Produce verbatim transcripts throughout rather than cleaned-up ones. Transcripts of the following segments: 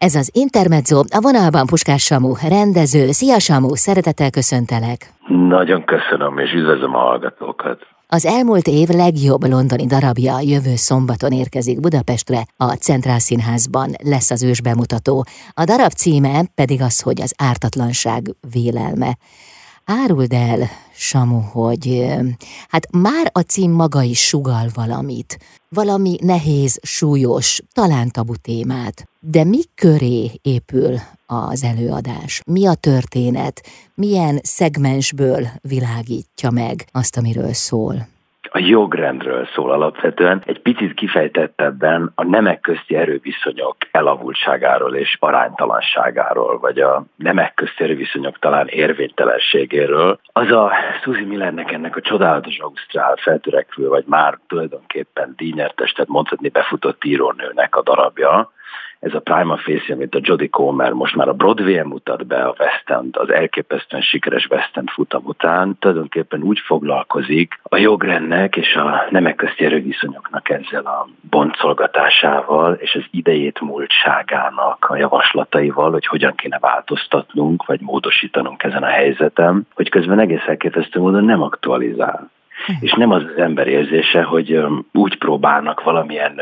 Ez az Intermezzo, a vonalban Puskás Samu, rendező. Szia Samu, szeretettel köszöntelek. Nagyon köszönöm, és üdvözlöm a hallgatókat. Az elmúlt év legjobb londoni darabja jövő szombaton érkezik Budapestre, a Centrál Színházban lesz az ős bemutató. A darab címe pedig az, hogy az ártatlanság vélelme. Áruld el, Samu, hogy hát már a cím maga is sugall valamit. Valami nehéz, súlyos, talán tabu témát. De mi köré épül az előadás? Mi a történet? Milyen szegmensből világítja meg azt, amiről szól? A jogrendről szól alapvetően, egy picit kifejtettebben a nemek közti erőviszonyok elavultságáról és aránytalanságáról, vagy a nemek közti erőviszonyok talán érvénytelenségéről. Az a Susie Millernek, ennek a csodálatos ausztrál feltörekvő, vagy már tulajdonképpen díjnyertes, tehát mondhatni befutott írónőnek a darabja. Ez a Prima Facie, amit a Jodie Comer most már a Broadway-en mutat be, a West End, az elképesztően sikeres West End futam után, tulajdonképpen úgy foglalkozik a jogrendnek és a nemek közti erőviszonyoknak ezzel a boncolgatásával, és az idejét múltságának a javaslataival, hogy hogyan kéne változtatnunk, vagy módosítanunk ezen a helyzeten, hogy közben egész elképesztő módon nem aktualizál. És nem az az ember érzése, hogy úgy próbálnak valamilyen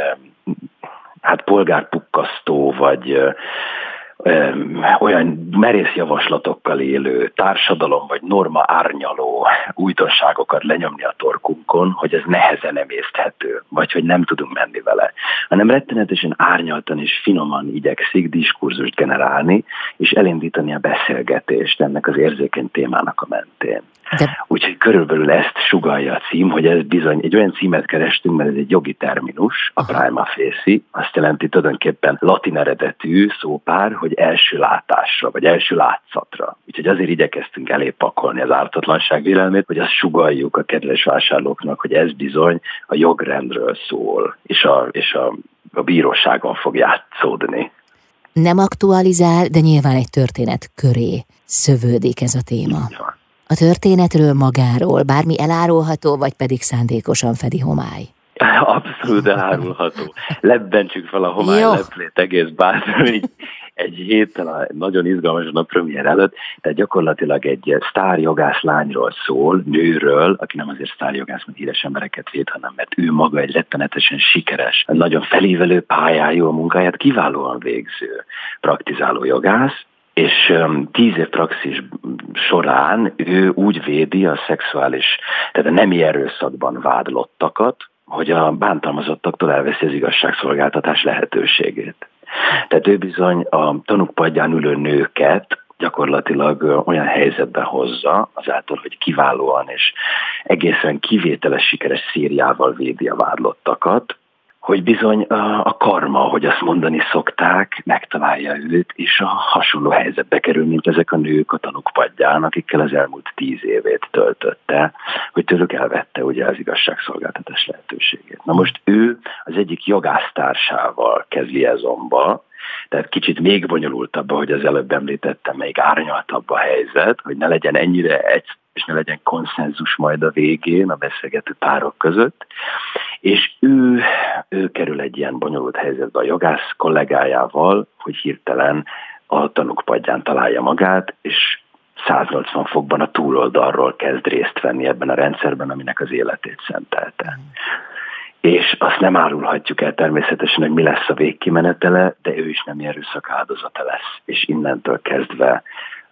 hát polgárpukkasztó, vagy ö, ö, olyan merész javaslatokkal élő társadalom, vagy norma árnyaló újdonságokat lenyomni a torkunkon, hogy ez nehezen emészthető, vagy hogy nem tudunk menni vele, hanem rettenetesen árnyaltan és finoman igyekszik diskurzust generálni, és elindítani a beszélgetést ennek az érzékeny témának a mentén. De... Úgyhogy körülbelül ezt sugallja a cím, hogy ez bizony egy olyan címet kerestünk, mert ez egy jogi terminus, a Prima Facie, azt jelenti tulajdonképpen latin eredetű szópár, hogy első látásra, vagy első látszatra. Úgyhogy azért igyekeztünk elépakolni az ártatlanság vélelmét, hogy azt sugalljuk a kedves vásárlóknak, hogy ez bizony a jogrendről szól, és a, és a, a bíróságon fog játszódni. Nem aktualizál, de nyilván egy történet köré szövődik ez a téma. A történetről magáról bármi elárulható, vagy pedig szándékosan fedi homály? Abszolút elárulható. Lebbentsük fel a homály leplét egész bátran, egy, egy héttel a nagyon izgalmasan a premier előtt, tehát gyakorlatilag egy sztárjogász lányról szól, nőről, aki nem azért sztárjogász, mert híres embereket véd, hanem mert ő maga egy rettenetesen sikeres, nagyon felívelő pályájú, a munkáját kiválóan végző, praktizáló jogász, és tíz év praxis során ő úgy védi a szexuális, tehát a nemi erőszakban vádlottakat, hogy a bántalmazottaktól elveszi az igazságszolgáltatás lehetőségét. Tehát ő bizony a tanúkpadján ülő nőket gyakorlatilag olyan helyzetbe hozza, azáltal, hogy kiválóan és egészen kivételes sikeres szériával védi a vádlottakat, hogy bizony a karma, hogy azt mondani szokták, megtalálja őt, és a hasonló helyzetbe kerül, mint ezek a nők a tanúkpadján, akikkel az elmúlt tíz évét töltötte, hogy tőlük elvette ugye az igazságszolgáltatás lehetőségét. Na most ő az egyik jogásztársával kezd liaisonba, tehát kicsit még bonyolultabb, ahogy az előbb említettem, még árnyaltabb a helyzet, hogy ne legyen ennyire egy, és ne legyen konszenzus majd a végén a beszélgető párok között, és ő, ő kerül egy ilyen bonyolult helyzetbe a jogász kollégájával, hogy hirtelen a tanúkpadján találja magát, és száznyolcvan fokban a túloldalról kezd részt venni ebben a rendszerben, aminek az életét szentelte. És azt nem árulhatjuk el természetesen, hogy mi lesz a végkimenetele, de ő is nem erőszak áldozata lesz, és innentől kezdve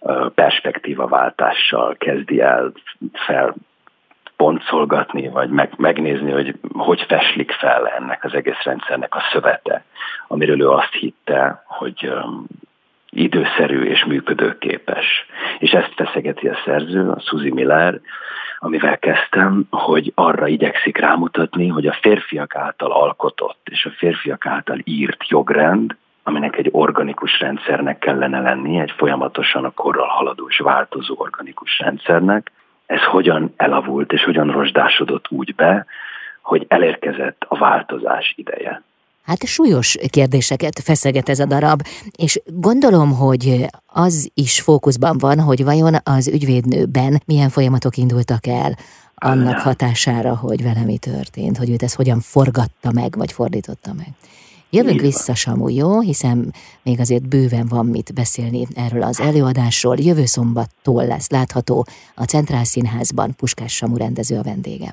perspektívaváltással kezdi el fel pontszolgatni, vagy meg, megnézni, hogy hogy feslik fel ennek az egész rendszernek a szövete, amiről ő azt hitte, hogy um, időszerű és működőképes. És ezt feszegeti a szerző, a Susie Miller, amivel kezdtem, hogy arra igyekszik rámutatni, hogy a férfiak által alkotott és a férfiak által írt jogrend, aminek egy organikus rendszernek kellene lenni, egy folyamatosan a korral haladó és változó organikus rendszernek, ez hogyan elavult és hogyan rozsdásodott úgy be, hogy elérkezett a változás ideje. Hát súlyos kérdéseket feszeget ez a darab, és gondolom, hogy az is fókuszban van, hogy vajon az ügyvédnőben milyen folyamatok indultak el annak hatására, hogy vele mi történt, hogy őt ez hogyan forgatta meg, vagy fordította meg. Jövünk vissza, Samu, jó? Hiszen még azért bőven van mit beszélni erről az előadásról. Jövő szombattól lesz látható a Centrál Színházban. Puskás Samu rendező a vendégem.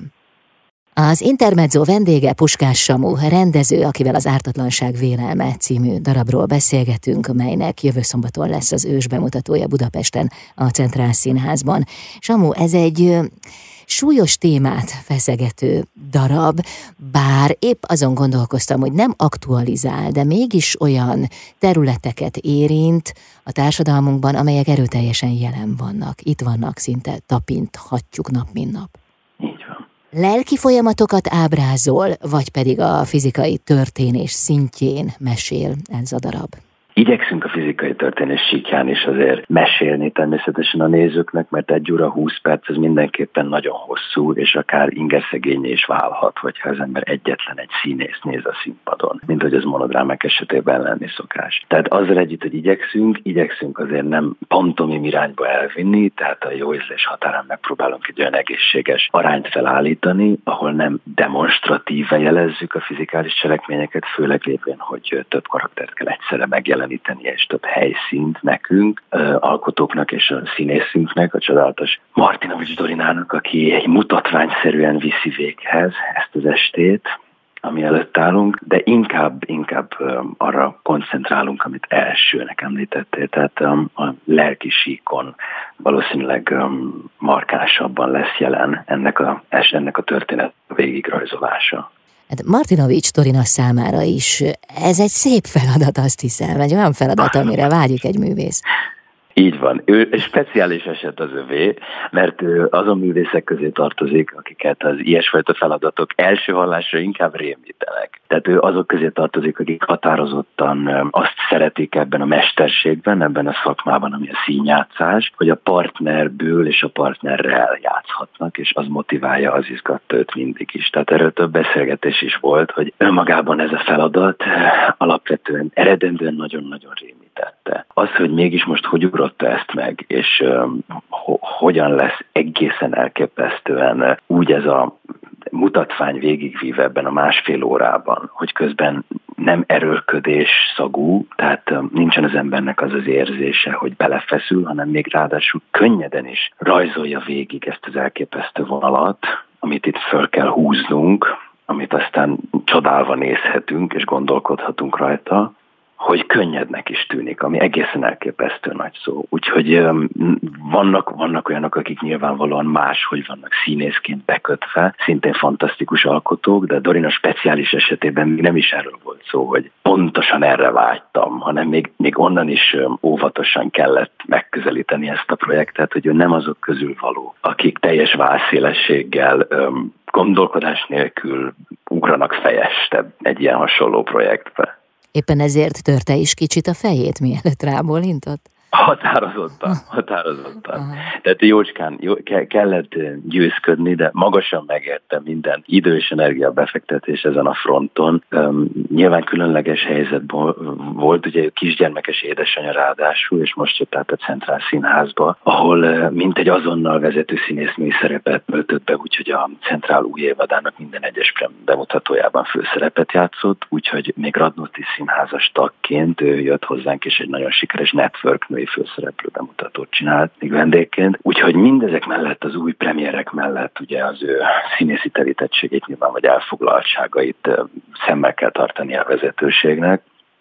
Az Intermezzo vendége Puskás Samu, rendező, akivel az Ártatlanság vélelme című darabról beszélgetünk, melynek jövő szombaton lesz az ős bemutatója Budapesten a Centrál Színházban. Samu, ez egy súlyos témát feszegető darab, bár épp azon gondolkoztam, hogy nem aktualizál, de mégis olyan területeket érint a társadalmunkban, amelyek erőteljesen jelen vannak. Itt vannak, szinte tapinthatjuk nap mint nap. Így van. Lelki folyamatokat ábrázol, vagy pedig a fizikai történés szintjén mesél ez a darab? Igyekszünk a fizikai történés síkján is azért mesélni természetesen a nézőknek, mert egy óra húsz perc ez mindenképpen nagyon hosszú, és akár ingerszegényé is válhat, hogyha az ember egyetlen egy színészt néz a színpadon, mint hogy az monodrámák esetében lenni szokás. Tehát azzal együtt, hogy igyekszünk, igyekszünk azért nem pantomim irányba elvinni, tehát a jó ízlés határán megpróbálunk egy olyan egészséges arányt felállítani, ahol nem demonstratíve jelezzük a fizikális cselekményeket, főleg lévén, hogy több karaktert kell egyszerre megjeleníteni, és több helyszínt nekünk, alkotóknak és a színészünknek, a csodálatos Martinovics Dorinának, aki egy mutatványszerűen viszi véghez ezt az estét, ami előtt állunk, de inkább, inkább arra koncentrálunk, amit elsőnek említettél, tehát a lelki síkon valószínűleg markánsabban lesz jelen ennek a, ennek a történet végigrajzolása. Hát Martinovics Dorina számára is ez egy szép feladat, azt hiszem, egy olyan feladat, amire vágyik egy művész. Így van. Ő speciális eset az övé, mert ő azon művészek közé tartozik, akiket az ilyesfajta feladatok első hallásra inkább rémítenek. Tehát ő azok közé tartozik, akik határozottan azt szeretik ebben a mesterségben, ebben a szakmában, ami a színjátszás, hogy a partnerből és a partnerrel játszhatnak, és az motiválja, az izgatta őt mindig is. Tehát erről több beszélgetés is volt, hogy önmagában ez a feladat alapvetően eredendően nagyon-nagyon rémítette. Az, hogy mégis most hogy ugrotta ezt meg, és um, ho- hogyan lesz egészen elképesztően úgy ez a mutatvány végigvív ebben a másfél órában, hogy közben nem erőlködés szagú, tehát um, nincsen az embernek az az érzése, hogy belefeszül, hanem még ráadásul könnyeden is rajzolja végig ezt az elképesztő vonalat, amit itt föl kell húznunk, amit aztán csodálva nézhetünk, és gondolkodhatunk rajta, hogy könnyednek is tűnik, ami egészen elképesztő nagy szó. Úgyhogy um, vannak, vannak olyanok, akik nyilvánvalóan máshogy vannak színészként bekötve, szintén fantasztikus alkotók, de Dorina speciális esetében még nem is erről volt szó, hogy pontosan erre vágytam, hanem még, még onnan is um, óvatosan kellett megközelíteni ezt a projektet, hogy ő nem azok közül való, akik teljes válszélességgel, um, gondolkodás nélkül ugranak fejest egy ilyen hasonló projektbe. Éppen ezért törte is kicsit a fejét, mielőtt rábólintott? Határozottan, határozottan. Aha. Tehát jócskán jó, ke- kellett győzködni, de magasan megérte minden idő és energia befektetés ezen a fronton. Um, nyilván különleges helyzet volt, ugye kisgyermekes édesanyja ráadásul, és most jött át a Centrál Színházba, ahol uh, mint egy azonnal vezető színésznői szerepet öltött be, úgyhogy a Centrál új évadának minden egyes bemutatójában főszerepet játszott, úgyhogy még Radnóti színházas tagként ő jött hozzánk, és egy nagyon sikeres network női főszereplő bemutatót csinált még vendégként. Úgyhogy mindezek mellett, az új premierek mellett ugye az ő színészi terítettségét nyilván, vagy elfoglaltságait szemmel kell tartani a vezetőségnek.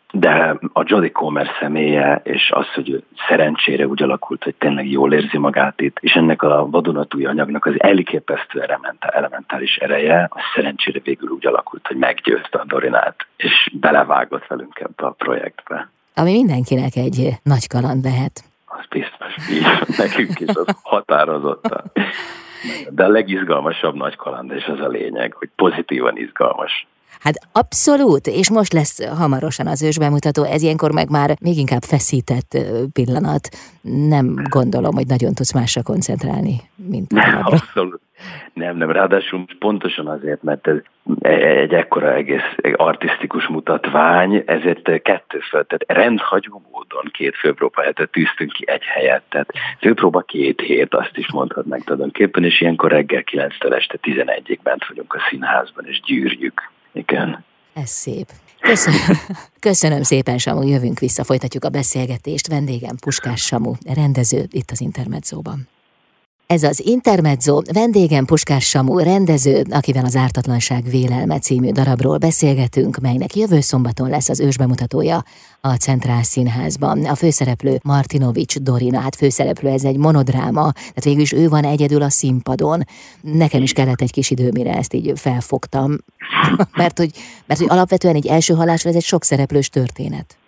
De a Jodie Comer személye, és az, hogy ő szerencsére úgy alakult, hogy tényleg jól érzi magát itt, és ennek a vadonatúj anyagnak az elképesztő elementális ereje, az szerencsére végül úgy alakult, hogy meggyőzte a Dorinát, és belevágott velünk ebbe a projektbe. Ami mindenkinek egy nagy kaland lehet. Az biztos, így nekünk is az határozottan. De a legizgalmasabb nagy kaland, és az a lényeg, hogy pozitívan izgalmas. Hát abszolút, és most lesz hamarosan az ős bemutató, ez ilyenkor meg már még inkább feszített pillanat. Nem gondolom, hogy nagyon tudsz másra koncentrálni, mint a darabra. Abszolút. Nem, nem, ráadásul pontosan azért, mert ez egy ekkora egész artisztikus mutatvány, ezért kettő föl, tehát rendhagyó módon két főpróbáját tűztünk ki egy helyet, tehát főpróba két hét, azt is mondhatnánk tulajdonképpen, és ilyenkor reggel kilenctől este tizenegyig bent vagyunk a színházban, és gyűrjük. Igen. Ez szép. Köszönöm. Köszönöm szépen, Samu, jövünk vissza, folytatjuk a beszélgetést. Vendégem Puskás Samu, rendező itt az Intermedzóban. Ez az Intermezzo, vendégem Puskás Samu, rendező, akivel az Ártatlanság vélelme című darabról beszélgetünk, melynek jövő szombaton lesz az ősbemutatója a Centrál Színházban. A főszereplő Martinovics Dorina, hát főszereplő, ez egy monodráma, tehát végül is ő van egyedül a színpadon. Nekem is kellett egy kis idő, mire ezt így felfogtam, mert hogy, mert hogy alapvetően egy első hallásra ez egy sokszereplős történet.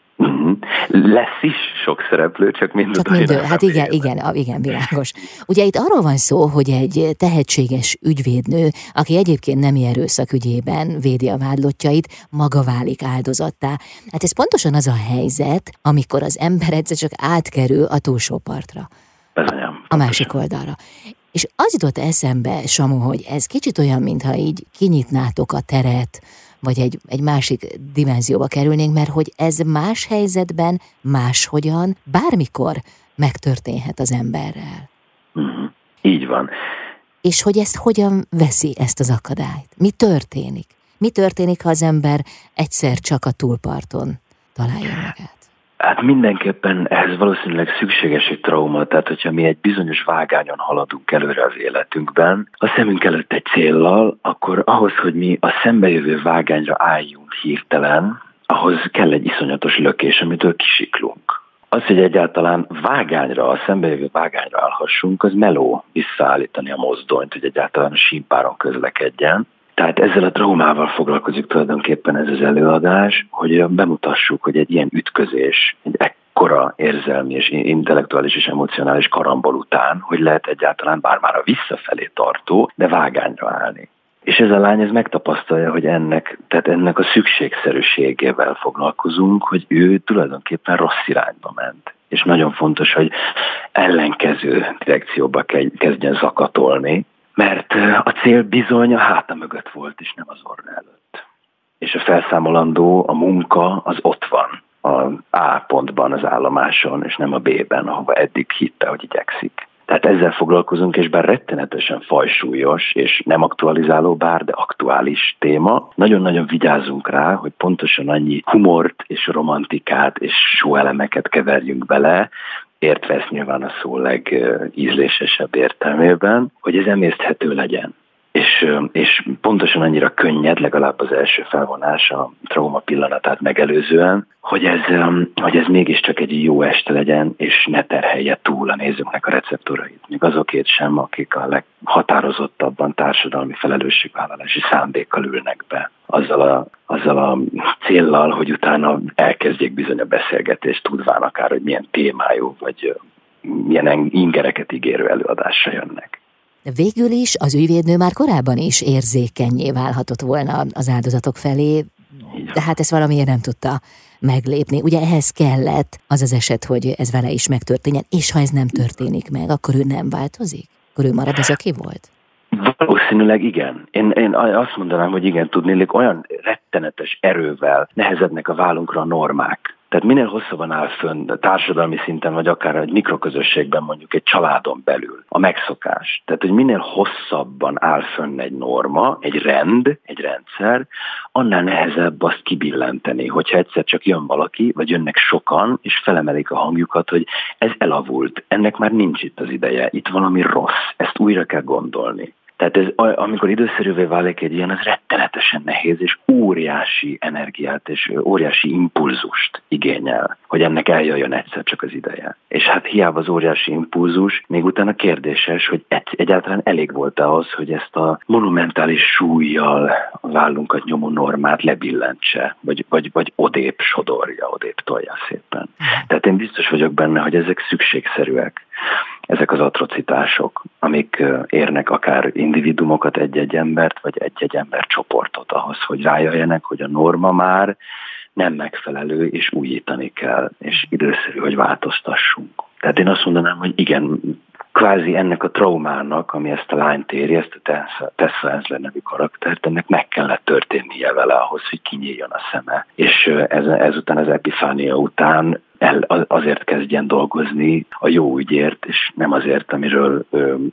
Lesz is sok szereplő, csak mind Csak mind ő. Hát igen, igen, igen, világos. Ugye itt arról van szó, hogy egy tehetséges ügyvédnő, aki egyébként nemi erőszak ügyében védi a vádlottjait, maga válik áldozattá. Hát ez pontosan az a helyzet, amikor az ember egyszer csak átkerül a túlsó partra. Bizonyám. A másik oldalra. És az jutott eszembe, Samu, hogy ez kicsit olyan, mintha így kinyitnátok a teret, vagy egy, egy másik dimenzióba kerülnénk, mert hogy ez más helyzetben, máshogyan, bármikor megtörténhet az emberrel. Mm-hmm. Így van. És hogy ezt hogyan veszi, ezt az akadályt? Mi történik? Mi történik, ha az ember egyszer csak a túlparton találja magát? Hát mindenképpen ehhez valószínűleg szükséges egy trauma, tehát hogyha mi egy bizonyos vágányon haladunk előre az életünkben, a szemünk előtt egy céllal, akkor ahhoz, hogy mi a szembejövő vágányra álljunk hirtelen, ahhoz kell egy iszonyatos lökés, amitől kisiklunk. Az, hogy egyáltalán vágányra, a szembejövő vágányra állhassunk, az meló visszaállítani a mozdonyt, hogy egyáltalán a sínpáron közlekedjen. Tehát ezzel a traumával foglalkozik tulajdonképpen ez az előadás, hogy bemutassuk, hogy egy ilyen ütközés, egy ekkora érzelmi és intellektuális és emocionális karambol után, hogy lehet egyáltalán bár már a visszafelé tartó, de vágányra állni. És ez a lány ez megtapasztalja, hogy ennek, tehát ennek a szükségszerűségével foglalkozunk, hogy ő tulajdonképpen rossz irányba ment. És nagyon fontos, hogy ellenkező direkcióba kezdjen zakatolni, mert a cél bizony a háta mögött volt, és nem az orra előtt. És a felszámolandó, a munka az ott van, az A pontban, az állomáson, és nem a B-ben, ahova eddig hitte, hogy igyekszik. Tehát ezzel foglalkozunk, és bár rettenetesen fajsúlyos, és nem aktualizáló bár, de aktuális téma, nagyon-nagyon vigyázunk rá, hogy pontosan annyi humort és romantikát és sóelemeket keverjünk bele, értve ezt nyilván a szó legízlésesebb értelmében, hogy ez emészthető legyen. És, és pontosan annyira könnyed, legalább az első felvonás a trauma pillanatát megelőzően, hogy ez, hogy ez mégiscsak egy jó este legyen, és ne terhelje túl a nézőknek a receptorait. Még azokét sem, akik a leghatározottabban társadalmi felelősségvállalási szándékkal ülnek be. Azzal a, azzal a céllal, hogy utána elkezdjék bizony a beszélgetést, tudván akár, hogy milyen témájú, vagy milyen ingereket ígérő előadásra jönnek. Végül is az ügyvédnő már korábban is érzékennyé válhatott volna az áldozatok felé, de hát ezt valamiért nem tudta meglépni. Ugye ehhez kellett az az eset, hogy ez vele is megtörténjen, és ha ez nem történik meg, akkor ő nem változik? Akkor ő marad az, aki volt? Valószínűleg igen. Én, én azt mondanám, hogy igen, tudnélik, olyan rettenetes erővel nehezednek a vállunkra a normák. Tehát minél hosszabban áll fönn társadalmi szinten, vagy akár egy mikroközösségben, mondjuk egy családon belül a megszokás. Tehát, hogy minél hosszabban áll fönn egy norma, egy rend, egy rendszer, annál nehezebb azt kibillenteni, hogyha egyszer csak jön valaki, vagy jönnek sokan, és felemelik a hangjukat, hogy ez elavult, ennek már nincs itt az ideje, itt valami rossz, ezt újra kell gondolni. Tehát ez, amikor időszerűvé válik egy ilyen, az rettenetesen nehéz, és óriási energiát és óriási impulzust igényel, hogy ennek eljöjjön egyszer csak az ideje. És hát hiába az óriási impulzus, még utána kérdéses, hogy egy, egyáltalán elég volt ahhoz, hogy ezt a monumentális súlyjal a vállunkat nyomó normát lebillentse, vagy, vagy, vagy odébb sodorja, odébb tolja szépen. Tehát én biztos vagyok benne, hogy ezek szükségszerűek. Ezek az atrocitások, amik érnek akár individumokat, egy-egy embert, vagy egy-egy embercsoportot ahhoz, hogy rájöjjenek, hogy a norma már nem megfelelő, és újítani kell, és időszerű, hogy változtassunk. Tehát én azt mondanám, hogy igen, kvázi ennek a traumának, ami ezt a lányt éri, ezt a Tessa Ensler nevű karaktert, ennek meg kellett történnie vele ahhoz, hogy kinyíljon a szeme. És ez, ezután az epifánia után el, azért kezdjen dolgozni a jó ügyért, és nem azért, amiről ö,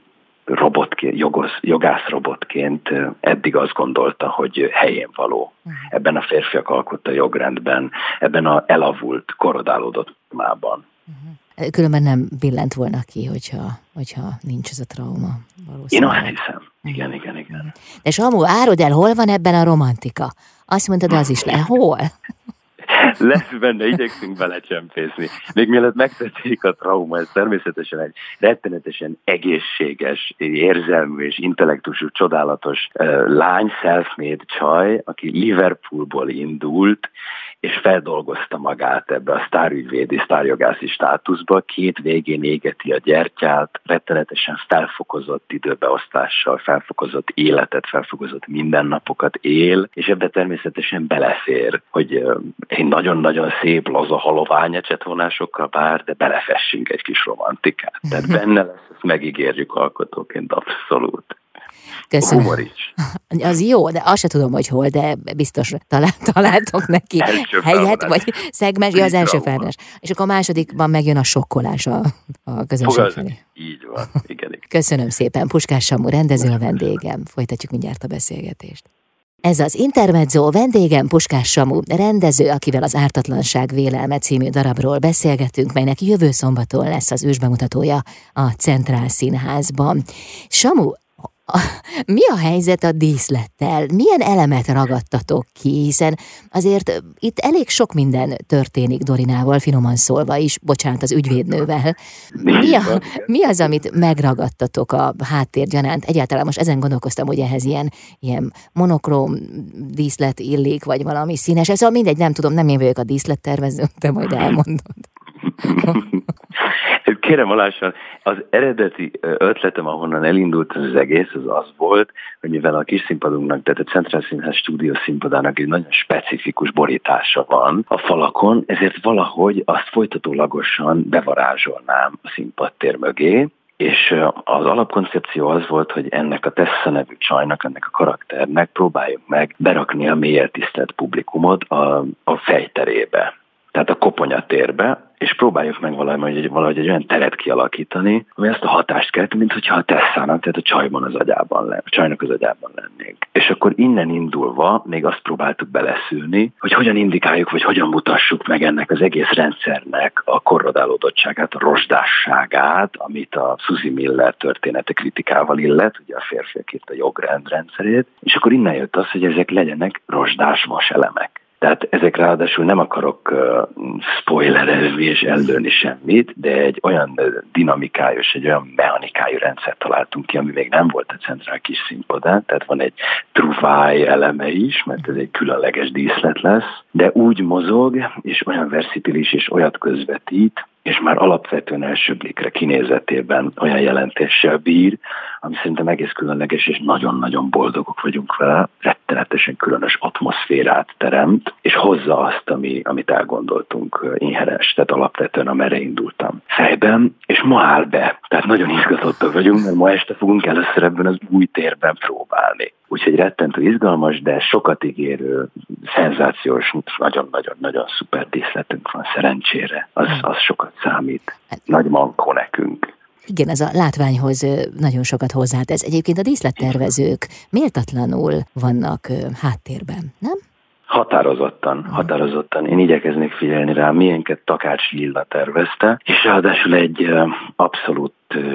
robotként, jogosz, jogász robotként eddig azt gondolta, hogy helyén való. Ebben a férfiak alkotta jogrendben, ebben a elavult, korodálódott formában. Különben nem billent volna ki, hogyha, hogyha nincs ez a trauma. Én azt hiszem. Igen, igen, igen. De Samu, áruld el, hol van ebben a romantika? Azt mondtad, az is le. Hol? Lesz benne, igyekszünk belecsempészni. Még mielőtt megtetszik a trauma, ez természetesen egy rettenetesen egészséges, érzelmű és intellektusú, csodálatos uh, lány, self-made csaj, aki Liverpoolból indult, és feldolgozta magát ebbe a sztárügyvédi, sztárjogászi státuszba, két végén égeti a gyertyát, rettenetesen felfokozott időbeosztással, felfokozott életet, felfokozott mindennapokat él, és ebbe természetesen belefér, hogy egy nagyon-nagyon szép, laza halovány ecsetvonásokkal bár, de belefessünk egy kis romantikát. Tehát benne lesz, ezt megígérjük alkotóként abszolút. Köszönöm. Humor is. Az jó, de azt se tudom, hogy hol, de biztos talál, találtok neki első helyet, vagy szegmens, ja, az első felvonás. És akkor a másodikban megjön a sokkolás a, a közönség felé. Így van, igen, igen. Köszönöm szépen, Puskás Samu rendező a vendégem. Folytatjuk mindjárt a beszélgetést. Ez az Intermezzo, vendégem Puskás Samu, rendező, akivel az Ártatlanság vélelme című darabról beszélgetünk, melynek jövő szombaton lesz az ősbemutatója a Centrál Színházban. Samu, mi a helyzet a díszlettel? Milyen elemet ragadtatok ki? Hiszen azért itt elég sok minden történik Dorinával, finoman szólva is, bocsánat, az ügyvédnővel. Mi, a, mi az, amit megragadtatok a háttér gyanánt? Egyáltalán most ezen gondolkoztam, hogy ehhez ilyen, ilyen monokróm díszlet illik, vagy valami színes. Szóval mindegy, nem tudom, nem én vagyok a díszlettervező, te majd elmondod. Kérem alásan, az eredeti ötletem, ahonnan elindult az egész, az az volt, hogy mivel a kis színpadunknak, tehát a Centrál Színház stúdió színpadának egy nagyon specifikus borítása van a falakon, ezért valahogy azt folytatólagosan bevarázsolnám a színpadtér mögé, és az alapkoncepció az volt, hogy ennek a Tessa nevű csajnak, ennek a karakternek próbáljuk meg berakni a mélyen tisztelt publikumot a, a fejterébe, tehát a koponyatérbe, és próbáljuk meg valahogy egy, valahogy egy olyan teret kialakítani, ami ezt a hatást kelti, mint hogyha a Tessának, tehát a csajban az agyában lenne, a csajnak az agyában lennénk. És akkor innen indulva még azt próbáltuk beleszülni, hogy hogyan indikáljuk, vagy hogyan mutassuk meg ennek az egész rendszernek a korrodálódottságát, a rozsdásságát, amit a Suzy Miller története kritikával illet, ugye a férfiak írt a jogrend rendszerét, és akkor innen jött az, hogy ezek legyenek rozsdás vaselemek. Tehát ezek ráadásul nem akarok uh, spoilerezni és ellőni semmit, de egy olyan dinamikájú és egy olyan mechanikájú rendszert találtunk ki, ami még nem volt a Centrál kis színpadán, tehát van egy truváj eleme is, mert ez egy különleges díszlet lesz, de úgy mozog, és olyan verszipilis és olyat közvetít, és már alapvetően első blikre kinézetében olyan jelentéssel bír, ami szerintem egész különleges, és nagyon-nagyon boldogok vagyunk vele, rettenetesen különös atmoszférát teremt, és hozza azt, ami, amit elgondoltunk inherens, tehát alapvetően amerre indultam fejben, és ma áll be. Tehát nagyon izgatottak vagyunk, mert ma este fogunk először ebben az új térben próbálni. Úgyhogy rettentő izgalmas, de sokat ígérő, szenzációs, nagyon-nagyon-nagyon szuper díszletünk van szerencsére. Az, az sokat számít. Nagy mankó nekünk. Igen, ez a látványhoz nagyon sokat hozzátesz. Egyébként a díszlettervezők méltatlanul vannak háttérben, nem? Határozottan, határozottan. Én igyekeznék figyelni rá, milyenket Takács Lilla tervezte, és ráadásul egy abszolút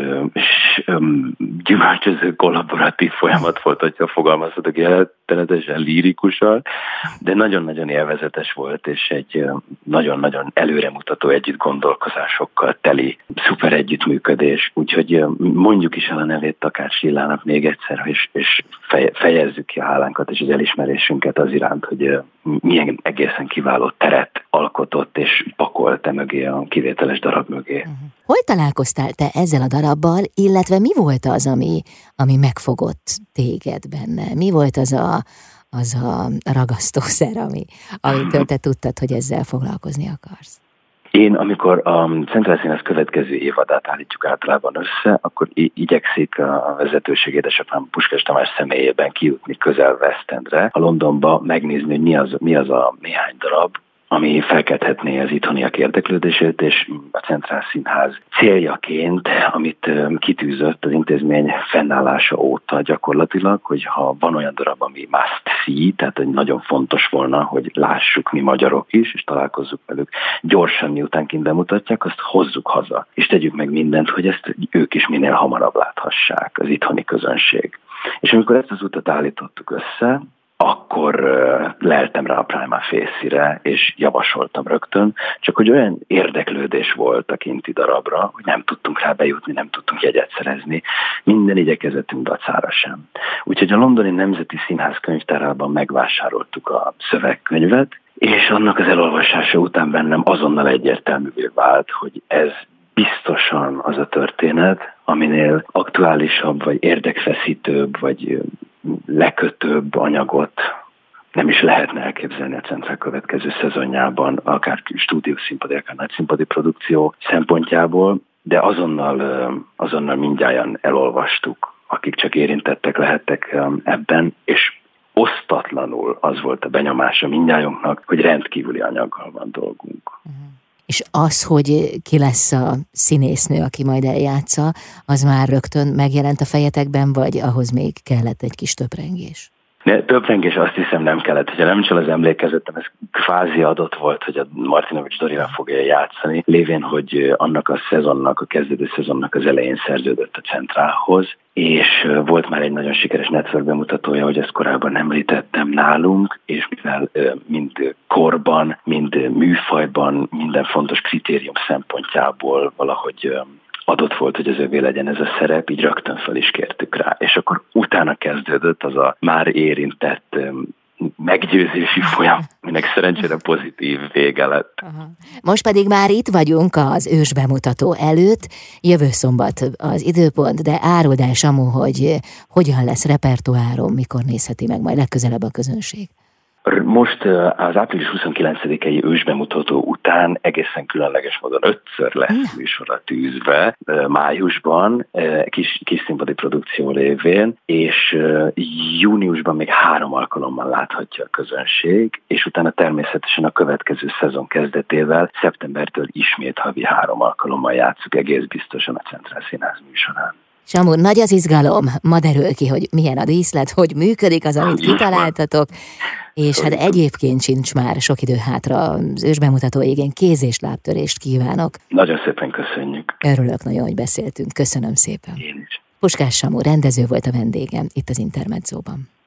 gyümölcsöző kollaboratív folyamat volt, hogyha fogalmazhatok jelenetesen lírikusan, de nagyon-nagyon élvezetes volt, és egy nagyon-nagyon előremutató együtt gondolkozásokkal teli szuper együttműködés, úgyhogy mondjuk is el a nevét Takács Lillának még egyszer, és, és fejezzük ki a hálánkat és az elismerésünket az iránt, hogy milyen egészen kiváló teret alkotott és pakolt e mögé, a kivételes darab mögé. Hol találkoztál te ezzel a darabbal, illetve mi volt az, ami, ami megfogott téged benne? Mi volt az a, az a ragasztószer, ami, amitől te tudtad, hogy ezzel foglalkozni akarsz? Én, amikor a Centrál Színház következő évadát állítjuk általában össze, akkor igyekszik a vezetőség édesapám Puskás Tamás személyében kijutni közel West Endre, a Londonba megnézni, hogy mi az, mi az a néhány darab, ami felkelthetné az itthoniak érdeklődését, és a Centrál Színház céljaként, amit kitűzött az intézmény fennállása óta gyakorlatilag, hogy ha van olyan darab, ami must see, tehát hogy nagyon fontos volna, hogy lássuk mi magyarok is, és találkozzuk velük gyorsan, miután kint bemutatják, azt hozzuk haza, és tegyük meg mindent, hogy ezt ők is minél hamarabb láthassák, az itthoni közönség. És amikor ezt az utat állítottuk össze, akkor uh, leltem rá a Prima Facie-re, és javasoltam rögtön, csak hogy olyan érdeklődés volt a kinti darabra, hogy nem tudtunk rá bejutni, nem tudtunk jegyet szerezni, minden igyekezetünk dacára sem. Úgyhogy a Londoni Nemzeti Színház könyvtárában megvásároltuk a szövegkönyvet, és annak az elolvasása után bennem azonnal egyértelművé vált, hogy ez biztosan az a történet, aminél aktuálisabb, vagy érdekfeszítőbb, vagy lekötőbb anyagot nem is lehetne elképzelni a Centrál következő szezonjában, akár stúdiószínpadi, akár nagyszínpadi produkció szempontjából, de azonnal, azonnal mindjárt elolvastuk, akik csak érintettek lehettek ebben, és osztatlanul az volt a benyomása mindnyájunknak, hogy rendkívüli anyaggal van dolgunk. Uh-huh. És az, hogy ki lesz a színésznő, aki majd eljátsza, az már rögtön megjelent a fejetekben, vagy ahhoz még kellett egy kis töprengés? Ne, töprengés azt hiszem nem kellett. Ha nem is az emlékezetem, ez kvázi adott volt, hogy a Martinovics Dorina fogja játszani, lévén, hogy annak a szezonnak, a kezdődő szezonnak az elején szerződött a Centrálhoz, és volt már egy nagyon sikeres network bemutatója, hogy ezt korábban említettem nálunk, és mivel mind korban, mind műfajban, minden fontos kritérium szempontjából valahogy adott volt, hogy az övé legyen ez a szerep, így rögtön fel is kértük rá. És akkor utána kezdődött az a már érintett meggyőzési folyam, aminek szerencsére pozitív vége lett. Aha. Most pedig már itt vagyunk az ős bemutató előtt, jövő szombat az időpont, de áruld el, Samu, hogy hogyan lesz repertoárom, mikor nézheti meg majd legközelebb a közönség. Most az április huszonkilencedikei ősbemutató után egészen különleges módon ötször lesz műsorra tűzve májusban, kis, kis színpadi produkció révén, és júniusban még három alkalommal láthatja a közönség, és utána természetesen a következő szezon kezdetével szeptembertől ismét havi három alkalommal játsszuk egész biztosan a Centrál Színház műsorán. Samu, nagy az izgalom, ma derül ki, hogy milyen a díszlet, hogy működik az, amit kitaláltatok, és hát egyébként sincs már sok idő hátra az ősbemutatóig, én kéz- és lábtörést kívánok. Nagyon szépen köszönjük. Örülök nagyon, hogy beszéltünk, köszönöm szépen. Én is. Puskás Samu rendező volt a vendégem itt az Intermedzóban.